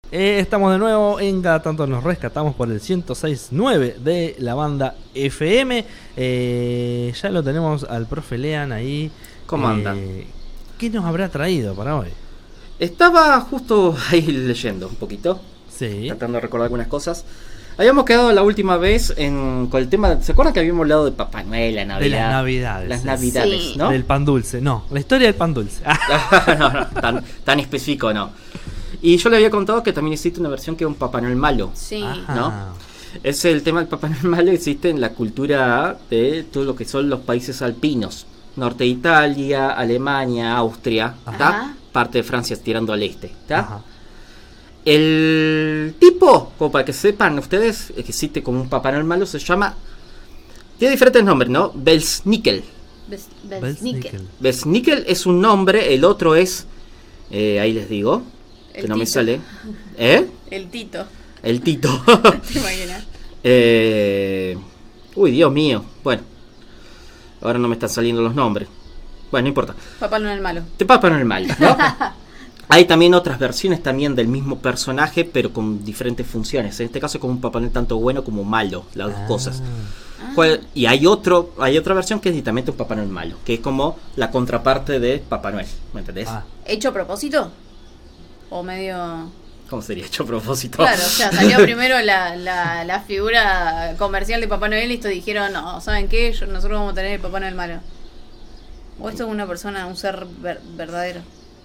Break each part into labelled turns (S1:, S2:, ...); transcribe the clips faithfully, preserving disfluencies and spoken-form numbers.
S1: Eh, estamos de nuevo en Cada Tanto Nos Rescatamos por el ciento seis punto nueve de la banda F M. Eh, ya lo tenemos al profe Lean ahí.
S2: ¿Cómo
S1: eh,
S2: anda?
S1: ¿Qué nos habrá traído para hoy?
S2: Estaba justo ahí leyendo un poquito,
S1: Sí.
S2: tratando de recordar algunas cosas. Habíamos quedado la última vez en, con el tema, ¿se acuerdan que habíamos hablado de Papá Noel, la Navidad?
S1: De las Navidades.
S2: Las
S1: sí.
S2: Navidades,
S3: Sí.
S2: ¿no?
S1: Del pan dulce. No, la historia del pan dulce.
S2: no, no, tan, tan específico no. Y yo le había contado que también existe una versión que es un Papá Noel malo.
S3: Sí.
S1: Ajá.
S2: ¿No? Es el tema del Papá Noel malo, existe en la cultura de todo lo que son los países alpinos. Norte de Italia, Alemania, Austria, ¿tá?
S3: Ajá.
S2: Parte de Francia tirando al este, ¿tá?
S1: Ajá.
S2: El tipo, como para que sepan ustedes, que existe como un Papá Noel malo, se llama... Tiene diferentes nombres, ¿no? Belsnickel.
S3: Bes-
S1: Belsnickel.
S3: Belsnickel.
S2: Belsnickel es un nombre, el otro es... eh, ahí les digo, que
S3: El
S2: no me
S3: Tito.
S2: sale. ¿Eh?
S3: El Tito.
S2: El Tito.
S3: ¿Te imaginas?
S2: eh, uy, Dios mío. Bueno, ahora no me están saliendo los nombres. Bueno, no importa.
S3: Papá Noel malo.
S2: Te Papá Noel malo, ¿no? Hay también otras versiones también del mismo personaje, pero con diferentes funciones. En este caso es como un Papá Noel tanto bueno como malo, las dos
S1: Ah.
S2: cosas. ¿Cuál? Y hay otro, hay otra versión que es directamente un Papá Noel malo, que es como la contraparte de Papá Noel, ¿me entendés?
S1: Ah.
S3: ¿Hecho a propósito? ¿O medio...?
S2: ¿Cómo sería hecho a propósito?
S3: Claro, o sea, salió primero la, la, la figura comercial de Papá Noel y esto dijeron, no, ¿saben qué? Yo- nosotros vamos a tener el Papá Noel malo. ¿O esto es una persona, un ser ver- verdadero?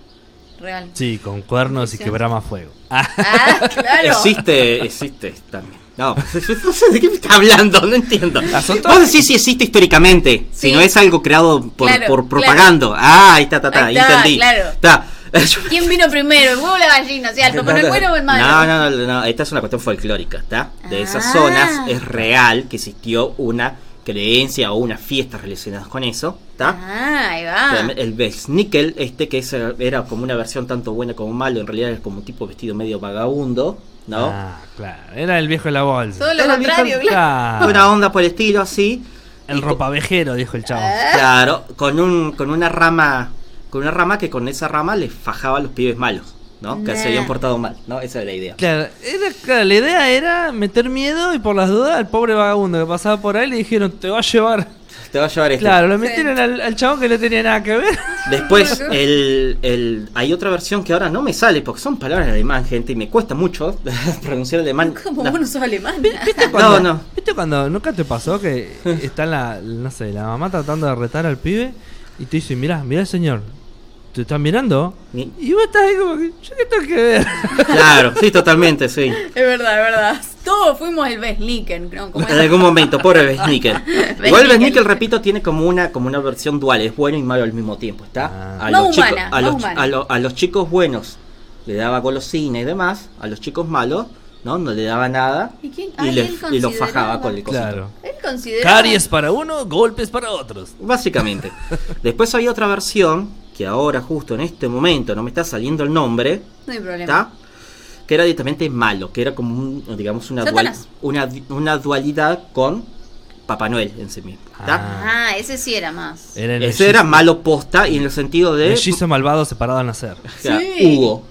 S3: Real.
S1: Sí, con cuernos y que brama fuego. Ah,
S3: Ah, claro.
S2: Existe, existe también. No, no sé de qué me está hablando, no entiendo.
S1: Ah, son todas-
S2: Vos decís si existe históricamente, si
S3: Sí.
S2: no es algo creado por,
S3: Claro,
S2: por
S3: claro.
S2: propaganda. Ah, ahí está, está, está,
S3: Ahí
S2: ahí
S3: está,
S2: entendí.
S3: claro.
S2: Está.
S3: ¿Quién vino primero, el huevo o la gallina? O sea, el Papá Noel bueno o el malo.
S2: No, no, no, no, esta es una cuestión folclórica, ¿está? De esas
S3: Ah.
S2: zonas es real que existió una creencia o unas fiestas relacionadas con eso, ¿está?
S3: Ah, ahí va.
S2: El Belsnickel, este que es, era como una versión tanto buena como malo, en realidad es como un tipo vestido medio vagabundo, ¿no?
S1: Ah, claro. Era el viejo de la bolsa.
S3: Todo lo
S2: Era
S3: contrario,
S2: viejo-
S3: claro.
S1: Claro.
S2: Una onda por el estilo así.
S1: El
S2: Y co-
S1: ropavejero, dijo el chavo.
S3: Ah.
S2: Claro, con un con una rama, con una rama que con esa rama le fajaba a los pibes malos, ¿no? Que
S3: Nah.
S2: se habían portado mal, ¿no? Esa era la idea.
S1: Claro, era, claro, la idea era meter miedo y por las dudas al pobre vagabundo que pasaba por ahí le dijeron, te va a llevar.
S2: Te va a llevar este.
S1: Claro, lo metieron al, al chabón que no tenía nada que ver.
S2: Después, el, el, hay otra versión que ahora no me sale porque son palabras en alemán, gente, y me cuesta mucho pronunciar alemán.
S3: ¿Cómo
S2: No.
S3: vos no sos alemán?
S1: ¿Viste cuando,
S2: No, no.
S1: ¿Viste cuando nunca te pasó que está la, no sé, la mamá tratando de retar al pibe y te dice, mirá, mirá señor, ¿te están mirando?
S2: Ni-
S1: Y vos estás ahí como que, ¿yo qué tengo que ver?
S2: Claro, sí, totalmente, sí.
S3: Es verdad, es verdad. Todos fuimos el Belsnickel, ¿no? Como
S2: En algún momento, pobre Belsnickel. Igual
S3: Belsnickel.
S2: Belsnickel, repito, tiene como una como una versión dual, es bueno y malo al mismo tiempo, ¿está?
S1: Ah.
S2: A,
S3: Más
S2: los
S3: humana,
S2: chicos, a,
S3: más
S2: los,
S3: humana.
S2: a, lo- a los chicos buenos le daba golosina y demás, a los chicos malos, ¿no? No le daba nada
S3: ¿Y quién?
S2: y,
S3: Ah,
S2: le-
S3: él
S2: y los
S3: consideraba-
S2: fajaba con el cosito.
S1: Claro.
S3: Él considera...
S1: Caries para uno, golpes para otros.
S2: Básicamente. Después había otra versión, que ahora justo en este momento no me está saliendo el nombre,
S3: No hay problema.
S2: ¿está? Que era directamente malo, que era como un, digamos una, dual-
S3: Satanás.
S2: una, una dualidad con Papá Noel en sí mismo, ¿está?
S1: Ah.
S3: Ah, ese sí era más.
S1: Era el
S2: Ese
S1: mellizo-
S2: era malo posta y en el sentido de
S1: mellizo malvado separado al nacer.
S2: o sea,
S3: Sí.
S2: Hugo.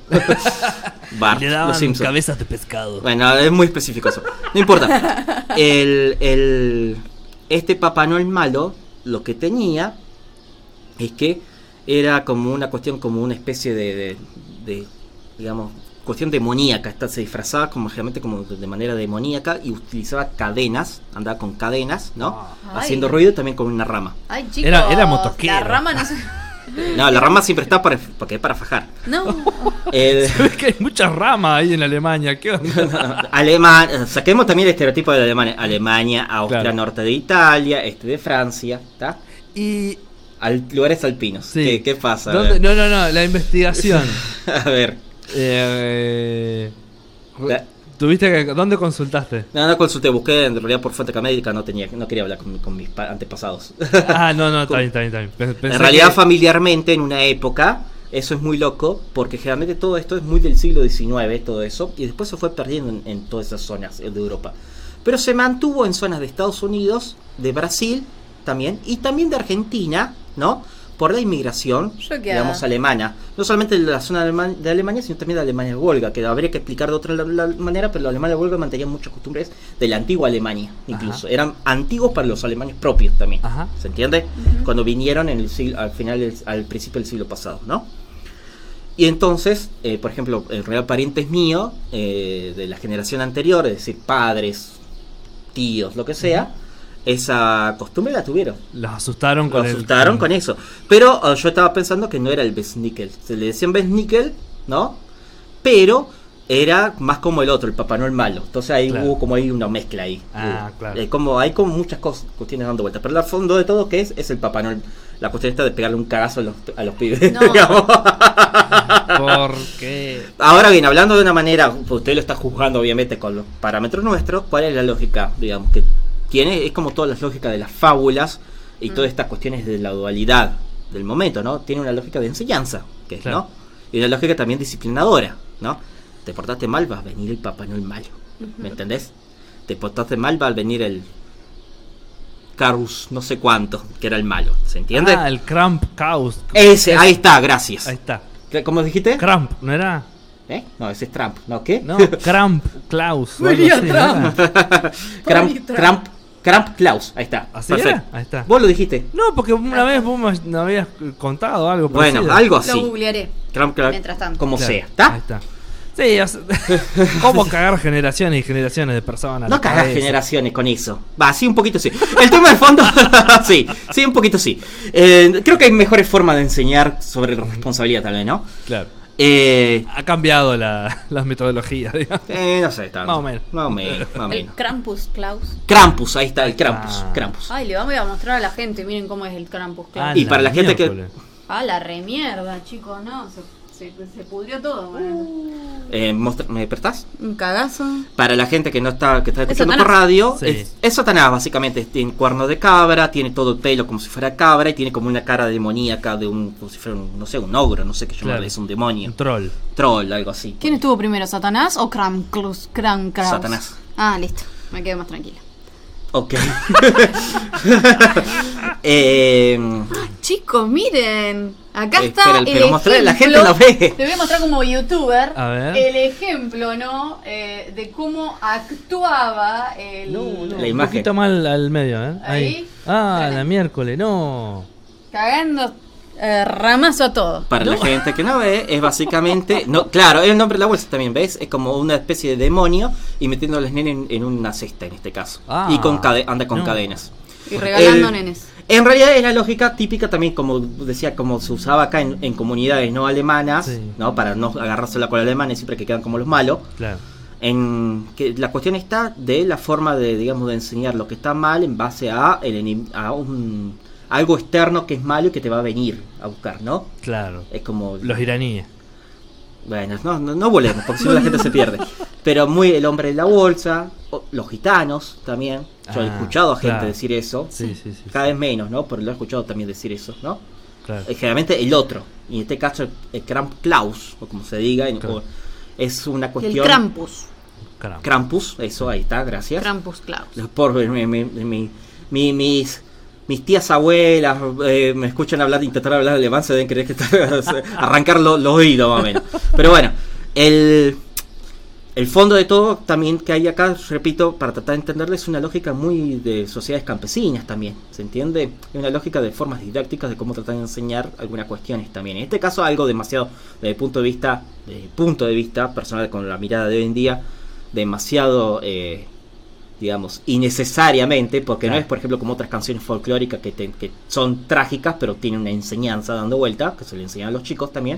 S2: Bart,
S1: Le
S2: los
S1: daban
S2: Simpson.
S1: cabezas de pescado.
S2: Bueno, es muy específico eso. No importa. El, el, este Papá Noel malo, lo que tenía es que era como una cuestión, como una especie de, de, de, digamos, cuestión demoníaca. Está, se disfrazaba como generalmente como de manera demoníaca y utilizaba cadenas, andaba con cadenas, ¿no?
S3: Ay.
S2: Haciendo ruido y también con una rama.
S3: Ay, chicos.
S1: Era- era motoquero.
S3: La rama no se...
S2: No, la rama siempre está para, porque es para fajar.
S3: No.
S2: El,
S1: Se ve que hay muchas ramas ahí en Alemania. ¿Qué onda?
S2: Alemania, saquemos también el estereotipo de Alemania. Alemania, Austria,
S1: Claro.
S2: norte de Italia, este de Francia, ¿está?
S1: Y.
S2: Al, lugares alpinos.
S1: Sí.
S2: ¿Qué, qué pasa? A
S1: ¿Dónde-
S2: ver.
S1: No, no, no, la investigación.
S2: A ver.
S1: Eh,
S2: La-
S1: ¿Tuviste que, ¿Dónde consultaste?
S2: No, no consulté, busqué en realidad por fuente médica, no tenía, no quería hablar con, mi- con mis pa- antepasados.
S1: Ah, no, no, está bien, está bien, está bien. Pe- pensé
S2: En realidad,
S1: que-
S2: familiarmente, en una época, eso es muy loco, porque generalmente todo esto es muy del siglo diecinueve, todo eso, y después se fue perdiendo en, en todas esas zonas de Europa. Pero se mantuvo en zonas de Estados Unidos, de Brasil también, y también de Argentina, ¿no? por la inmigración,
S3: Yo quedaba.
S2: digamos, alemana. No solamente de la zona de, Alema- de Alemania, sino también de Alemania Volga, que habría que explicar de otra la- la manera, pero los alemanes Volga mantenían muchas costumbres de la antigua Alemania, incluso.
S1: Ajá.
S2: Eran antiguos para los alemanes propios también.
S1: Ajá.
S2: ¿Se entiende?
S3: Ujú.
S2: Cuando vinieron en el siglo, al final, del- al principio del siglo pasado, ¿no? Y entonces, eh, por ejemplo, en realidad parientes míos, eh, de la generación anterior, es decir, padres, tíos, lo que sea, esa costumbre la tuvieron.
S1: Los asustaron
S2: Lo
S1: con el-
S2: asustaron con eso. Pero uh, yo estaba pensando que no era el Besnickel. Se le decían Besnickel, ¿no? Pero era más como el otro, el Papá Noel malo. Entonces ahí
S1: Claro.
S2: hubo como ahí una mezcla ahí.
S1: Ah,
S2: Hubo-
S1: claro.
S2: eh, como, hay como muchas cosas, cuestiones dando vueltas. Pero el fondo de todo, ¿qué es? Es el Papá Noel. La cuestión está de pegarle un cagazo a los, a los pibes.
S3: No.
S2: digamos.
S1: Porque
S2: Ahora bien, hablando de una manera, usted lo está juzgando obviamente con los parámetros nuestros, ¿cuál es la lógica? Digamos que tiene, es como todas las lógicas de las fábulas y
S3: Mm.
S2: todas estas cuestiones de la dualidad del momento, ¿no? Tiene una lógica de enseñanza, que es,
S1: Claro.
S2: ¿no? Y una lógica también disciplinadora, ¿no? Te portaste mal, va a venir el Papá Noel malo, ¿me entendés? Te portaste mal, va a venir el Carus no sé cuánto, que era el malo, ¿se entiende?
S1: Ah, el Kramp Chaos.
S2: Ese, ahí está, gracias.
S1: Ahí está.
S2: ¿Qué- ¿Cómo dijiste?
S1: Kramp, ¿no era?
S2: ¿Eh? No, ese es Trump, ¿no? ¿Qué?
S1: No, Kramp Klaus. o algo
S3: Venía
S1: así, ¿no
S3: Trump.
S1: era?
S2: Kramp,
S3: Trump.
S2: Kramp, Kramp Klaus, ahí está.
S1: ¿Así
S2: Perfecto.
S1: era? Ahí está.
S2: Vos lo dijiste.
S1: No, porque una vez vos me me habías contado algo
S2: Bueno,
S1: parecido.
S2: algo
S3: Lo
S2: así.
S3: googlearé.
S2: Kramp, Kramp,
S3: Mientras tanto.
S2: como
S1: Claro,
S2: sea, ¿está?
S1: Ahí está. Sí, o sea, ¿cómo cagar generaciones y generaciones de personas?
S2: No
S1: la
S2: cagás
S1: cabeza?
S2: generaciones con eso. Va, sí, un poquito sí. El tema de fondo, sí, sí, un poquito sí. Eh, creo que hay mejores formas de enseñar sobre la responsabilidad, tal vez, ¿no?
S1: Claro.
S2: Eh,
S1: Ha cambiado la, las metodologías, digamos.
S2: eh, no sé, tanto.
S1: Más o menos.
S2: Más o menos, más o
S3: El
S2: menos.
S3: Krampus Klaus.
S2: Krampus, ahí está, el Krampus.
S1: Ah.
S2: Krampus.
S3: Ay, le vamos a mostrar a la gente. Miren cómo es el Krampus Klaus.
S1: Ah,
S2: Y para la gente que-
S1: miércoles.
S3: Ah, la remierda, chicos, no. Se, se, se pudrió todo. Bueno.
S2: Eh, mostra- ¿Me despertás?
S3: Un cagazo.
S2: Para la gente que no está, que está
S3: Es
S2: escuchando por
S3: Satanás.
S2: radio,
S1: Sí.
S2: es, es Satanás, básicamente. Tiene cuerno de cabra, tiene todo el pelo como si fuera cabra y tiene como una cara demoníaca de un, como si fuera un, no sé, un ogro, no sé qué llamarle,
S1: Claro.
S2: es un demonio.
S1: Un troll.
S2: Troll, algo así.
S3: ¿Quién estuvo primero, Satanás o Kramklus? Kram Kraus?
S2: Satanás.
S3: Ah, listo. Me quedo más tranquila.
S2: Ok. eh,
S3: Chicos, miren. Acá
S2: Eh,
S3: está
S2: espera,
S3: el
S2: pero mostrale, la
S3: ejemplo.
S2: gente lo ve.
S3: Te voy a mostrar como youtuber
S1: A ver.
S3: el ejemplo, ¿no? Eh, de cómo actuaba el...
S2: La
S1: Un
S2: imagen.
S1: poquito mal al medio, ¿eh?
S3: Ahí.
S1: Ah,
S3: Dale.
S1: la miércoles, no.
S3: Cagando eh, ramazo a todo.
S2: para la gente que no ve, es básicamente. No, claro, es el nombre de la bolsa también, ¿ves? Es como una especie de demonio y metiendo a los nenes en, en una cesta en este caso.
S1: Ah,
S2: y con cade- anda con
S1: no.
S2: cadenas.
S3: Y regalando
S2: El-
S3: nenes.
S2: En realidad es la lógica típica también, como decía, como se usaba acá en, en comunidades no alemanas,
S1: Sí.
S2: ¿no? Para no agarrársela con los alemanes, siempre que quedan como los malos.
S1: Claro.
S2: En que la cuestión está de la forma de, digamos, de enseñar lo que está mal en base a, el, enim- a un algo externo que es malo y que te va a venir a buscar, ¿no?
S1: Claro.
S2: Es como
S1: Los iraníes.
S2: bueno, no, no, no volvemos, porque si no la gente se pierde. Pero muy el hombre de la bolsa, o- los gitanos también. Yo he
S1: Ah,
S2: escuchado a gente
S1: claro.
S2: decir eso.
S1: Sí, sí, sí.
S2: Cada vez menos, ¿no? Pero lo he escuchado también decir eso, ¿no?
S1: Claro.
S2: Eh, Generalmente el otro. Y en este caso el, el Kramp Klaus, o como se diga, en-
S1: Claro.
S2: o- es una
S3: El
S2: cuestión.
S3: Krampus.
S1: Caramba.
S2: Krampus, eso, ahí está, gracias.
S3: Krampus Klaus.
S2: Por mi- mi- mi- mi- mis, mis tías abuelas eh, me escuchan hablar, intentar hablar alemán, se deben creer que está- arrancar lo- los oídos más o menos. Pero bueno, el, el fondo de todo también que hay acá, repito, para tratar de entenderlo, es una lógica muy de sociedades campesinas también, ¿se entiende? Es una lógica de formas didácticas de cómo tratar de enseñar algunas cuestiones también. En este caso algo demasiado, desde el punto de vista, desde el punto de vista personal con la mirada de hoy en día, demasiado... Eh, digamos, innecesariamente, porque
S1: Claro.
S2: no es, por ejemplo, como otras canciones folclóricas que, te- que son trágicas, pero tienen una enseñanza dando vuelta, que se le enseñan a los chicos también,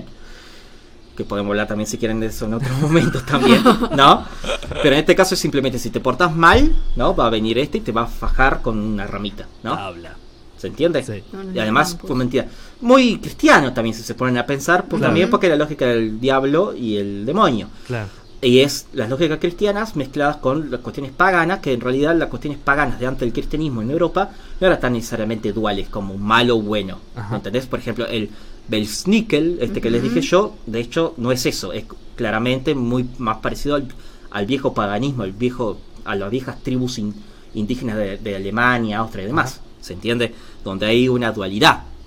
S2: que podemos hablar también si quieren de eso en otros momentos también, ¿no? Pero en este caso es simplemente, si te portas mal, ¿no? Va a venir este y te va a fajar con una ramita, ¿no?
S1: Habla.
S2: ¿Se entiende?
S1: Sí.
S3: No, no,
S2: Y además,
S3: no,
S2: fue mentira. Muy cristiano también, si se ponen a pensar, pues
S1: Claro.
S2: también porque la lógica del diablo y el demonio.
S1: Claro.
S2: Y es las lógicas cristianas mezcladas con las cuestiones paganas, que en realidad las cuestiones paganas de antes del cristianismo en Europa no eran tan necesariamente duales como malo o bueno.
S1: Ajá.
S2: ¿Me entendés? Por ejemplo, el Belsnickel, este que les
S3: Ujú.
S2: dije yo, de hecho no es eso, es claramente muy más parecido al, al viejo paganismo, al viejo, a las viejas tribus in- indígenas de, de Alemania, Austria y demás. ¿Se entiende? Donde hay una dualidad,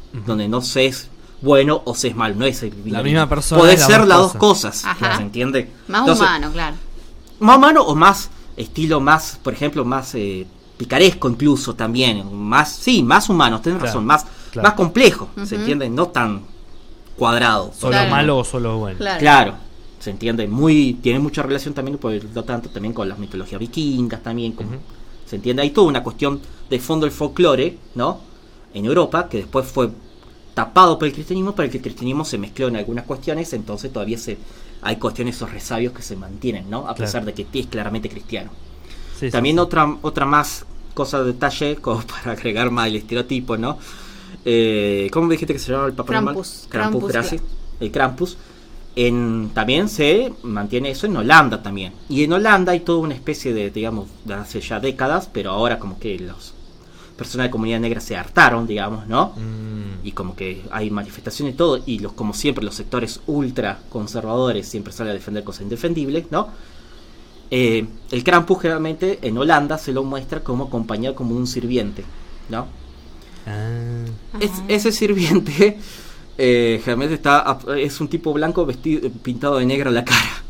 S1: Ujú.
S2: donde no se es bueno o se es malo, no es el
S1: La misma persona
S2: puede
S1: es las
S2: ser
S1: dos
S2: las dos
S1: cosas.
S2: cosas,
S3: Ajá.
S2: ¿se entiende?
S3: Más
S2: Entonces,
S3: humano, claro.
S2: más humano o más estilo más, por ejemplo, más eh, picaresco incluso también, más, sí, más humano, tenés
S1: Claro,
S2: razón, más,
S1: claro.
S2: más complejo,
S3: Ujú.
S2: ¿se entiende? No tan cuadrado.
S1: Solo
S3: Claro.
S1: malo o solo bueno.
S3: Claro.
S2: Claro, se entiende, muy, tiene mucha relación también, por lo tanto, también con las mitologías vikingas también, como,
S1: Ujú.
S2: se entiende, hay toda una cuestión de fondo del folclore, ¿no? En Europa, que después fue tapado por el cristianismo, pero que el cristianismo se mezcló en algunas cuestiones, entonces todavía se hay cuestiones, esos resabios que se mantienen, ¿no? A
S1: Claro.
S2: pesar de que es claramente cristiano.
S1: Sí, sí,
S2: También
S1: sí.
S2: otra otra más cosa de detalle, como para agregar más el estereotipo, ¿no? Eh, ¿Cómo me dijiste que se llamaba el Papá Noel?
S3: Krampus.
S2: Krampus,
S3: Krampus,
S2: gracias. El Krampus. En, también se mantiene eso en Holanda también. Y en Holanda hay toda una especie de, digamos, de hace ya décadas, pero ahora como que las personas de comunidad negra se hartaron, digamos, ¿no?
S1: Mm.
S2: Y como que hay manifestaciones y todo, y los como siempre los sectores ultra conservadores siempre salen a defender cosas indefendibles, ¿no? Eh, el Krampus generalmente en Holanda se lo muestra como acompañado como un sirviente, ¿no?
S1: Ah.
S2: Es-
S3: Ajá.
S2: ese sirviente eh, generalmente está es un tipo blanco vestido pintado de negro la cara.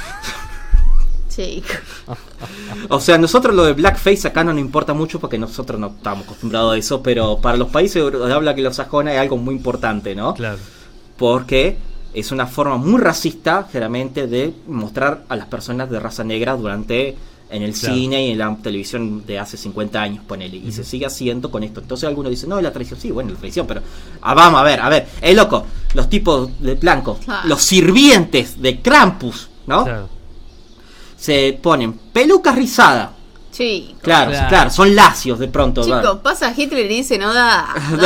S3: Sí.
S2: O sea, nosotros lo de blackface acá no nos importa mucho porque nosotros no estamos acostumbrados a eso, pero para los países de habla anglosajona es algo muy importante, ¿no?
S1: Claro.
S2: Porque es una forma muy racista, generalmente, de mostrar a las personas de raza negra durante en el
S1: Claro.
S2: cine y en la televisión de hace cincuenta años, ponele, y
S1: Ujú.
S2: se sigue haciendo con esto. Entonces algunos dicen, no, es la traición, sí, bueno, la traición, pero ah, vamos a ver, a ver, es loco, los tipos de blanco,
S3: Claro.
S2: los sirvientes de Krampus, ¿no?
S1: Claro.
S2: Se ponen pelucas rizadas,
S3: Chico.
S2: claro,
S1: Claro.
S2: claro, son lacios de pronto. ¿verdad?
S3: Chico, pasa Hitler y dice, no da.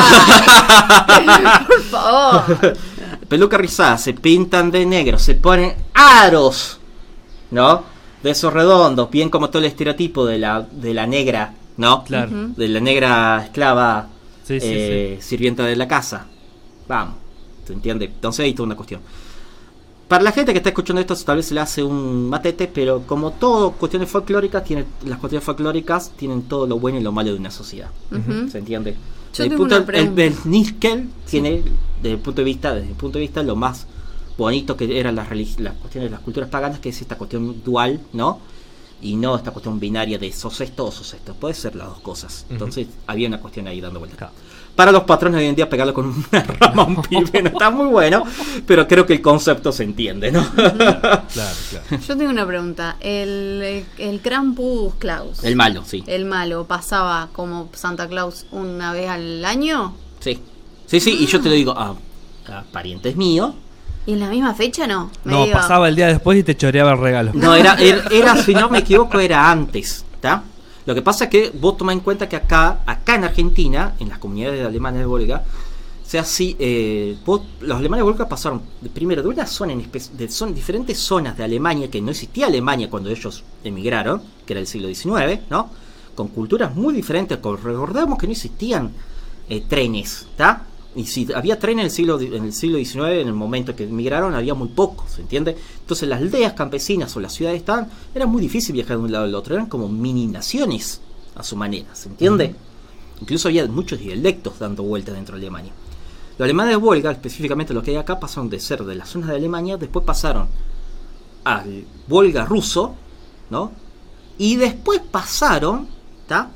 S3: da. Por favor.
S2: Peluca rizada, se pintan de negro, se ponen aros, ¿no? De esos redondos, bien como todo el estereotipo de la, de la negra, ¿no?
S1: Claro.
S3: Ujú.
S2: De la negra esclava,
S1: Sí, sí,
S2: eh, sirvienta de la casa. Vamos, ¿se entiende? Entonces hay toda una cuestión. Para la gente que está escuchando esto, tal vez se le hace un matete, pero como todo cuestiones folclóricas, tiene, las cuestiones folclóricas tienen todo lo bueno y lo malo de una sociedad.
S3: Ujú.
S2: ¿Se entiende?
S3: Yo
S2: Desde el
S3: tengo
S2: punto-
S3: una pregunta.
S2: el Vernickel tiene, desde el punto de vista, desde el punto de vista, lo más bonito que eran las, religi- las cuestiones de las culturas paganas, que es esta cuestión dual, ¿no? Y no esta cuestión binaria de sos esto o sos esto. Puede ser las dos cosas. Entonces había una cuestión ahí dando vueltas.
S1: Claro.
S2: Para los patrones de hoy en día, pegarlo con una rama a un pibe no está muy bueno, pero creo que el concepto se entiende, ¿no?
S1: Claro, claro.
S3: Yo tengo una pregunta. El, el, el Krampus Klaus,
S2: El malo, sí.
S3: el malo, pasaba como Santa Claus una vez al año.
S2: Sí, sí, sí, y yo te lo digo a, a parientes míos.
S3: ¿Y en la misma fecha no? Me
S1: No,
S3: digo,
S1: pasaba el día después y te choreaba el regalo.
S2: No, era, era, era, si no me equivoco, era antes, ¿está? Lo que pasa es que vos tomá en cuenta que acá, acá en Argentina, en las comunidades de alemanes de Volga, sea así, eh, vos- los alemanes de Volga pasaron de- primero de una zona en espe- de son diferentes zonas de Alemania, que no existía Alemania cuando ellos emigraron, que era el siglo diecinueve, ¿no? Con culturas muy diferentes, con- recordemos que no existían eh, trenes, ¿está? Y si había trenes en el siglo di- en el siglo diecinueve, en el momento que emigraron, había muy pocos, ¿se entiende? Entonces las aldeas campesinas o las ciudades estaban, era muy difícil viajar de un lado al otro, eran como mini naciones a su manera, ¿se entiende? Incluso había muchos dialectos dando vueltas dentro de Alemania. Los alemanes de Volga, específicamente los que hay acá, pasaron de ser de las zonas de Alemania, después pasaron al Volga ruso, ¿no? Y después pasaron, ¿está?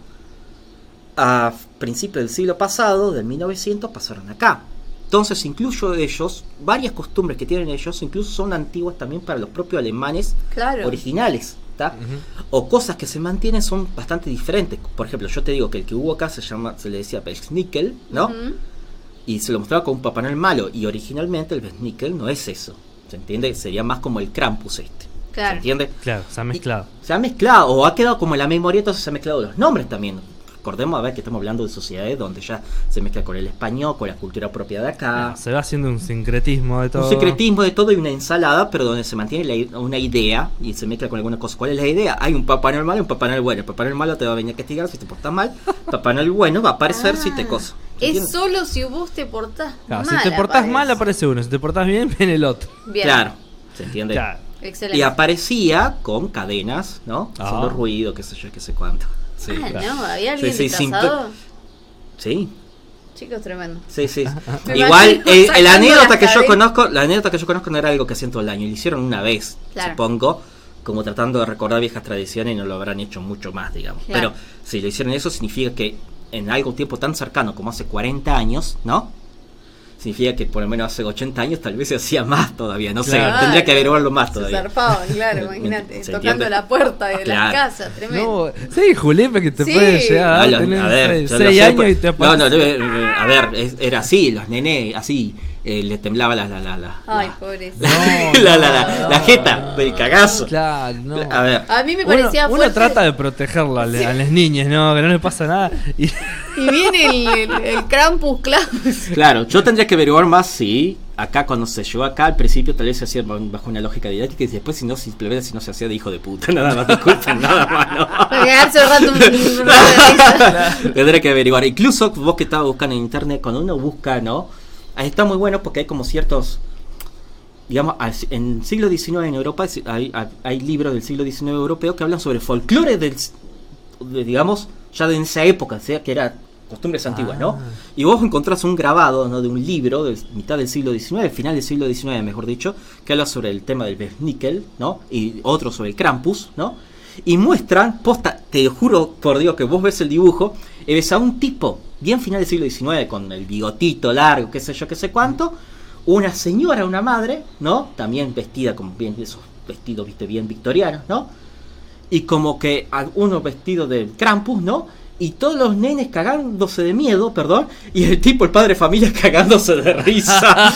S2: A principios del siglo pasado, del mil novecientos, pasaron acá. Entonces, incluso ellos, varias costumbres que tienen ellos, incluso son antiguas también para los propios alemanes
S3: Claro.
S2: originales, ¿está?
S1: Ujú.
S2: O cosas que se mantienen son bastante diferentes. Por ejemplo, yo te digo que el que hubo acá se llama, se le decía Besnickel, ¿no?
S3: Ujú.
S2: Y se lo mostraba como un Papá Noel malo. Y originalmente el Besnickel no es eso. ¿Se entiende? Sería más como el Krampus este.
S3: Claro.
S2: ¿Se entiende?
S1: Claro, se ha mezclado.
S2: Se ha mezclado, o ha quedado como en la memoria, entonces se han mezclado los nombres también. Recordemos, a ver, que estamos hablando de sociedades donde ya se mezcla con el español, con la cultura propia de acá.
S1: Ah, se va haciendo un sincretismo de todo.
S2: Un secretismo de todo y una ensalada, pero donde se mantiene la i- una idea y se mezcla con alguna cosa. ¿Cuál es la idea? Hay un Papá Noel malo y un Papá Noel bueno. El Papá Noel malo te va a venir a castigar si te portas mal. Papá Noel bueno va a aparecer si te cosa.
S3: Es
S2: ¿Entiendes?
S3: solo si vos te portás
S1: Claro,
S3: mal.
S1: si te portás mal aparece uno, si te portás bien viene el otro.
S3: Bien.
S2: Claro, ¿se entiende?
S1: Claro.
S3: Excelente.
S2: Y aparecía con cadenas, ¿no?
S1: Ah.
S2: Haciendo ruido, qué sé yo, qué sé cuánto. Sí,
S3: Ah,
S2: claro.
S3: no, había alguien
S2: Sí, sí,
S3: disfrazado.
S2: Sí.
S3: Chicos, tremendo.
S2: Sí, sí.
S3: Me
S2: Igual,
S3: imagino
S2: eh,
S3: sacando
S2: la anécdota
S3: las
S2: que yo
S3: cabezas.
S2: conozco, la anécdota que yo conozco no era algo que hacían todo el año, lo hicieron una vez,
S3: Claro.
S2: supongo, como tratando de recordar viejas tradiciones y no lo habrán hecho mucho más, digamos.
S3: Claro.
S2: Pero si lo hicieron eso significa que en algo tiempo tan cercano como hace cuarenta años, ¿no? Significa que por lo menos hace ochenta años tal vez se hacía más todavía, no
S1: Claro.
S2: sé, tendría que averiguarlo más
S3: Se
S2: todavía.
S3: zarpaban, claro, imagínate.
S2: ¿Se
S3: Tocando
S2: entiende?
S3: la puerta de
S2: Claro.
S3: las casas, tremendo.
S1: No, sí, Julepe, que te
S3: Sí.
S1: puede llegar a
S2: No,
S1: dar,
S2: lo-
S1: tenés
S2: a ver,
S1: seis,
S2: yo lo
S1: seis
S2: sé,
S1: años
S2: pues,
S1: y te
S2: no,
S1: aparece.
S2: no, eh, a ver, es- era así, los nenes, así, eh, le temblaba la, la, la, la,
S3: Ay,
S2: la-
S3: pobrecito.
S1: No,
S2: la, la, la,
S1: no,
S2: la jeta del cagazo.
S1: Claro, no.
S2: A ver,
S3: A mí me
S1: Uno,
S3: parecía
S1: uno
S3: fuerte.
S1: trata de protegerlo a, le- a las niñas, ¿no? Que no le pasa nada. Y
S3: Y viene el, el, el Krampus Klaus.
S2: claro, yo tendría que averiguar más si acá cuando se llevó acá al principio tal vez se hacía bajo una lógica didáctica y después si no, simplemente si no se hacía de hijo de puta, nada más, disculpen, nada más, ¿no?
S3: Para quedarse un rato un, un rato de risa.
S2: Tendré que averiguar. Incluso vos que estabas buscando en internet, cuando uno busca, ¿no? Ahí está muy bueno porque hay como ciertos, digamos, al- en siglo diecinueve en Europa hay, hay, hay libros del siglo diecinueve europeo que hablan sobre folclore del, de, digamos, ya de esa época, o sea, que era costumbres antiguas, ¿no?
S1: Ah.
S2: Y vos encontrás un grabado, ¿no? De un libro de mitad del siglo diecinueve, final del siglo diecinueve, mejor dicho, que habla sobre el tema del Besnickel, ¿no? Y otro sobre el Krampus, ¿no? Y muestran, posta, te juro por Dios que vos ves el dibujo y ves a un tipo, bien final del siglo diecinueve, con el bigotito largo, qué sé yo, qué sé cuánto, una señora, una madre, ¿no? También vestida con bien esos vestidos, viste, bien victorianos, ¿no? Y como que a- uno vestido de Krampus, ¿no? Y todos los nenes cagándose de miedo, perdón, y el tipo, el padre de familia, cagándose de risa.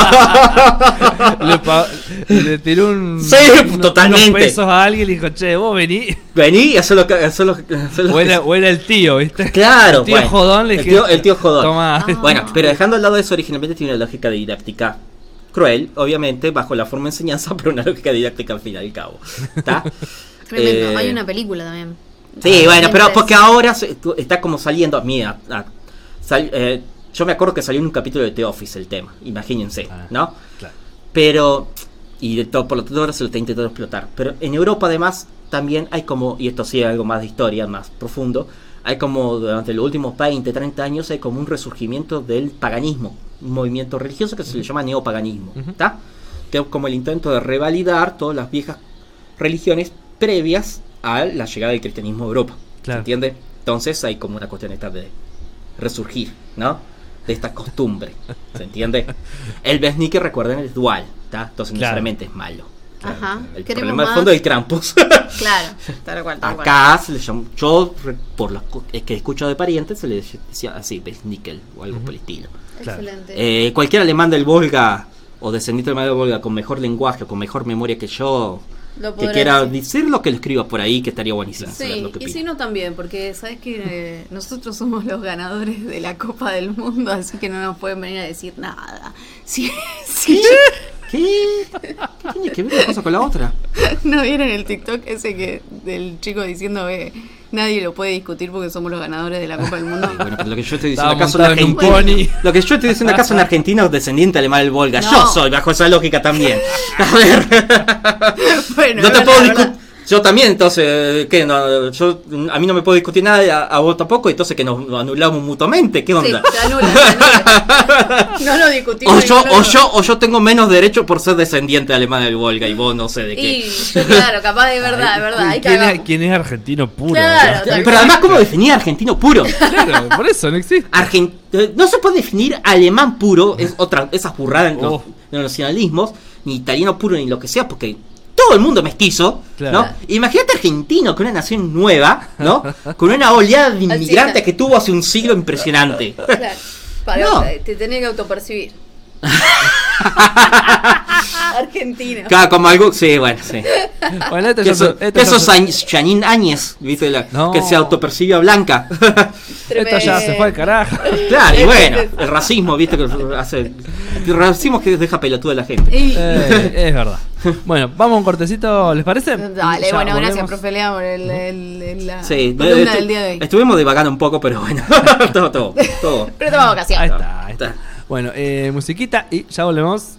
S1: le, pa- le tiró un,
S2: Sí,
S1: unos-
S2: totalmente.
S1: unos pesos a alguien y dijo, che, vos vení.
S2: Vení y hacelo, ca- hacelo, hacelo
S1: O era, o era el tío, ¿viste?
S2: Claro,
S1: El tío
S2: bueno,
S1: jodón le
S2: el
S1: dije,
S2: tío- el tío jodón.
S1: Toma.
S3: Ah.
S2: Bueno, pero dejando al lado eso, originalmente tiene una lógica didáctica cruel, obviamente, bajo la forma de enseñanza, pero una lógica didáctica al fin y al cabo. ¿Está?
S3: Tremendo.
S2: Eh,
S3: Hay una película también.
S2: Sí,
S3: Ah,
S2: bueno, pero
S3: mientras-
S2: porque ahora se- tu- está como saliendo. Mira, a- sal- eh, yo me acuerdo que salió en un capítulo de The Office el tema, imagínense,
S1: Ah,
S2: ¿no?
S1: claro.
S2: Pero, y de todo, por lo tanto ahora se lo está intentando explotar. Pero en Europa además también hay como, y esto sí es algo más de historia, más profundo, hay como durante los últimos veinte, treinta años hay como un resurgimiento del paganismo, un movimiento religioso que se le llama neopaganismo,
S1: Ujú.
S2: ¿está? Que es como el intento de revalidar todas las viejas religiones previas a la llegada del cristianismo a Europa,
S1: Claro.
S2: ¿se entiende? Entonces hay como una cuestión esta de resurgir, ¿no? De esta costumbre, ¿se entiende? El Besnicker, recuerden, es dual, ¿está? Entonces no
S1: Claro.
S2: necesariamente es malo.
S3: Ajá.
S2: El
S3: Queremos
S2: problema de
S3: más-
S2: fondo es el Krampus.
S3: Claro, tal cual, tal cual.
S2: Acá se le llama, yo re- por lo que escucho de parientes se le decía así, Besnickel o algo
S1: Ujú.
S2: por el estilo.
S1: Claro.
S3: Excelente.
S2: Eh, cualquier alemán del Volga o descendiente del alemán del Volga con mejor lenguaje o con mejor memoria que yo,
S3: Lo
S2: que
S3: podrá
S2: quiera
S3: decir.
S2: decirlo, que lo escriba por ahí, que estaría buenísimo saber
S3: Sí,
S2: lo que
S3: y
S2: opina.
S3: si no también, porque sabes que eh, nosotros somos los ganadores de la Copa del Mundo, así que no nos pueden venir a decir nada. Sí, sí.
S2: ¿Qué? ¿Qué tiene que ver una cosa con la otra?
S3: ¿No vieron el TikTok ese que del chico diciendo que nadie lo puede discutir porque somos los ganadores de la Copa del Mundo?
S2: Sí, bueno, pero lo que yo estoy diciendo
S1: Estaba
S2: acá son
S1: montado en un
S2: argentinos.
S1: pony.
S2: Lo que yo estoy diciendo acá son argentinos descendientes alemán del Volga.
S3: No.
S2: Yo soy bajo esa lógica también. A ver.
S3: Bueno,
S2: No
S3: es
S2: te puedo
S3: verdad,
S2: discutir.
S3: verdad.
S2: Yo también, entonces, ¿qué? No, yo, a mí no me puedo discutir nada, a, a vos tampoco, entonces que nos anulamos mutuamente, ¿qué
S3: Sí,
S2: onda?
S3: te anula, te anula. No lo discutimos.
S2: o, yo,
S3: ninguno.
S2: o, yo, o yo tengo menos derecho por ser descendiente alemán del Volga y vos no sé de qué.
S3: Y yo, claro, capaz de verdad, de verdad. Ahí
S1: ¿Quién es,
S3: cagamos.
S1: quién es argentino puro?
S3: Claro,
S1: O sea,
S3: tal
S2: Pero además, ¿cómo definir argentino puro?
S1: claro, por eso no existe.
S2: Argen- eh, no se puede definir alemán puro, es otra, esas burradas en los,
S1: Oh.
S2: en los nacionalismos, ni italiano puro, ni lo que sea, porque todo el mundo es mestizo,
S1: Claro.
S2: ¿no? Imagínate argentino, que una nación nueva, ¿no? Con una oleada de inmigrantes
S3: Alcina.
S2: que tuvo hace un siglo impresionante.
S3: Claro. Para,
S2: No.
S3: te tenés que autopercibir. Argentino.
S2: Claro, como algo, sí, bueno, sí.
S1: Bueno, esto
S2: Que
S1: ya
S2: eso,
S1: son- esto
S2: que
S1: ya
S2: esos
S1: son-
S2: Añ- Janine Áñez, ¿viste? La-
S1: No.
S2: Que se autopercibió blanca.
S1: esto ya se fue al carajo.
S2: Claro, y bueno, el racismo, ¿viste? Que hace. El racismo que deja pelotuda a la gente.
S3: Y-
S1: Eh, es verdad. Bueno, vamos a un cortecito, ¿les parece?
S3: Dale,
S1: Ya
S3: bueno, gracias,
S1: volvemos.
S3: profe Lea, por el, el- el- la
S2: Sí,
S3: columna
S2: estu-
S3: del día de hoy.
S2: estuvimos divagando un poco, pero bueno. todo, todo, todo.
S3: Pero toma vacación.
S1: Ahí está, ahí está.
S2: Está.
S1: Bueno, eh, musiquita y ya volvemos.